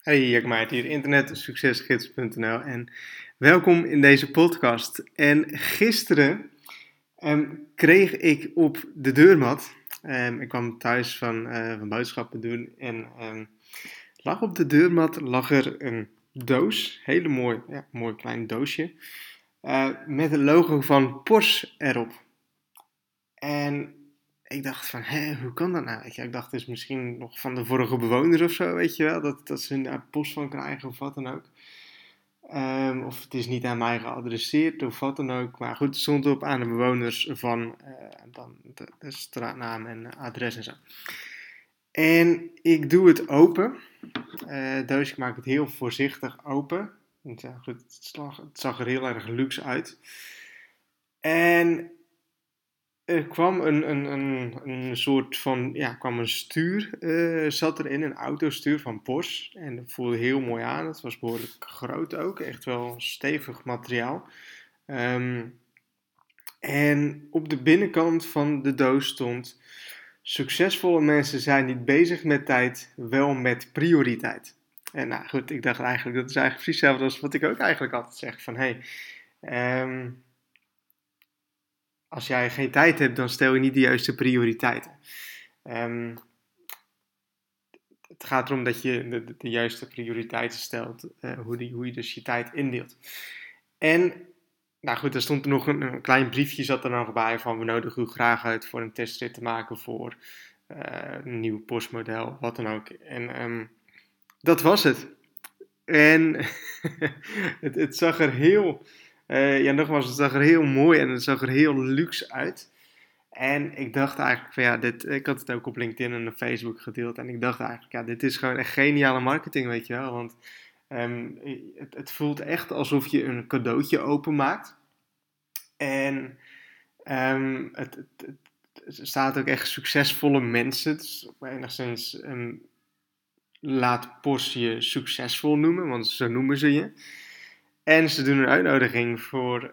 Hey, Jack Maart hier, internetsuccesgids.nl en welkom in deze podcast. En gisteren kreeg ik op de deurmat, ik kwam thuis van boodschappen doen en lag op de deurmat lag er een doos, hele mooi klein doosje, met het logo van Porsche erop. En ik dacht van, hoe kan dat nou? Weet je? Ik dacht, het is misschien nog van de vorige bewoners of zo, weet je wel. Dat ze daar post van krijgen of wat dan ook. Of het is niet aan mij geadresseerd of wat dan ook. Maar goed, het stond op aan de bewoners van dan de straatnaam en adres en zo. En ik doe het open. Het doosje, ik maak het heel voorzichtig open. Want, ja, goed, het zag er heel erg luxe uit. En er kwam een soort van, kwam een stuur, zat erin, een autostuur van Porsche. En dat voelde heel mooi aan. Het was behoorlijk groot ook, echt wel stevig materiaal. En op de binnenkant van de doos stond: succesvolle mensen zijn niet bezig met tijd, wel met prioriteit. En nou goed, ik dacht eigenlijk, dat is eigenlijk precies hetzelfde als wat ik ook eigenlijk altijd zeg. Van als jij geen tijd hebt, dan stel je niet de juiste prioriteiten. Het gaat erom dat je de juiste prioriteiten stelt, hoe je dus je tijd indeelt. En, nou goed, er stond er nog een klein briefje zat er nog bij van: we nodigen u graag uit voor een testrit te maken voor een nieuw postmodel, wat dan ook. En dat was het. En het zag er nogmaals, het zag er heel mooi en het zag er heel luxe uit. En ik dacht eigenlijk van ik had het ook op LinkedIn en op Facebook gedeeld. En ik dacht eigenlijk, dit is gewoon echt geniale marketing, weet je wel. Want het voelt echt alsof je een cadeautje openmaakt. En het staat ook echt succesvolle mensen. Dus enigszins laat Porsche je succesvol noemen, want zo noemen ze je. En ze doen een uitnodiging voor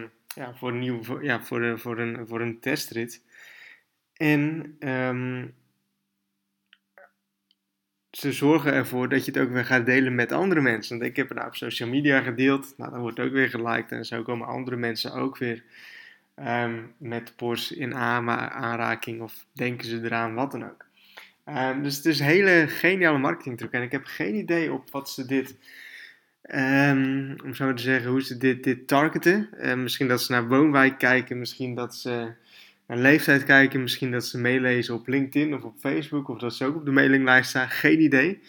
een testrit. En ze zorgen ervoor dat je het ook weer gaat delen met andere mensen. Want ik heb het nou op social media gedeeld. Nou, dan wordt het ook weer geliked. En zo komen andere mensen ook weer met Porsche in aanraking. Of denken ze eraan, wat dan ook. Dus het is een hele geniale marketingtruc. En ik heb geen idee op wat ze dit... om zo te zeggen, hoe ze dit targeten. Misschien dat ze naar woonwijk kijken. Misschien dat ze naar leeftijd kijken. Misschien dat ze meelezen op LinkedIn of op Facebook. Of dat ze ook op de mailinglijst staan. Geen idee.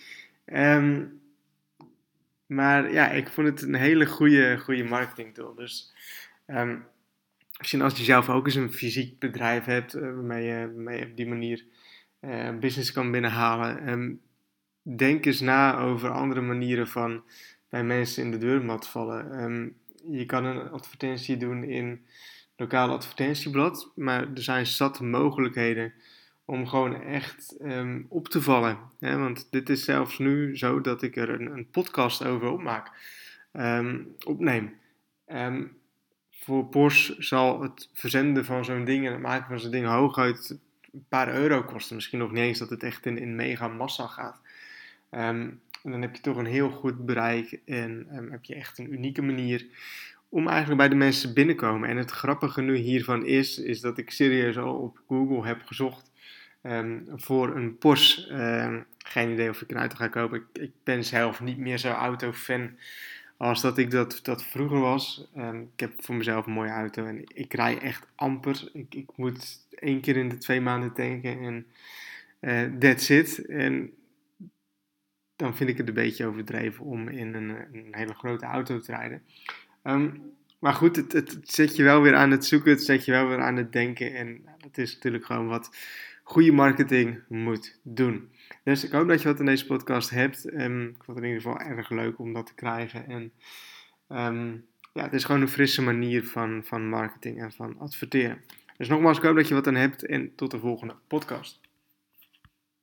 Maar ja, ik vond het een hele goede marketing tool. Dus misschien als je zelf ook eens een fysiek bedrijf hebt. Waarmee je op die manier business kan binnenhalen. Denk eens na over andere manieren van bij mensen in de deurmat vallen. Je kan een advertentie doen in lokaal advertentieblad, maar er zijn zat mogelijkheden om gewoon echt op te vallen. Hè? Want dit is zelfs nu zo dat ik er een podcast over opneem. Voor Porsche zal het verzenden van zo'n ding en het maken van zo'n ding hooguit een paar euro kosten. Misschien nog niet eens dat het echt in mega massa gaat. En dan heb je toch een heel goed bereik en heb je echt een unieke manier om eigenlijk bij de mensen binnenkomen. En het grappige nu hiervan is dat ik serieus al op Google heb gezocht voor een Porsche. Geen idee of ik een auto ga kopen. Ik ben zelf niet meer zo autofan als dat ik dat vroeger was. Ik heb voor mezelf een mooie auto en ik rij echt amper. Ik moet 1 keer in de 2 maanden tanken en that's it. En dan vind ik het een beetje overdreven om in een hele grote auto te rijden. Maar goed, het zet je wel weer aan het zoeken, het zet je wel weer aan het denken. En dat is natuurlijk gewoon wat goede marketing moet doen. Dus ik hoop dat je wat aan deze podcast hebt. Ik vond het in ieder geval erg leuk om dat te krijgen. En het is gewoon een frisse manier van marketing en van adverteren. Dus nogmaals, ik hoop dat je wat aan hebt en tot de volgende podcast.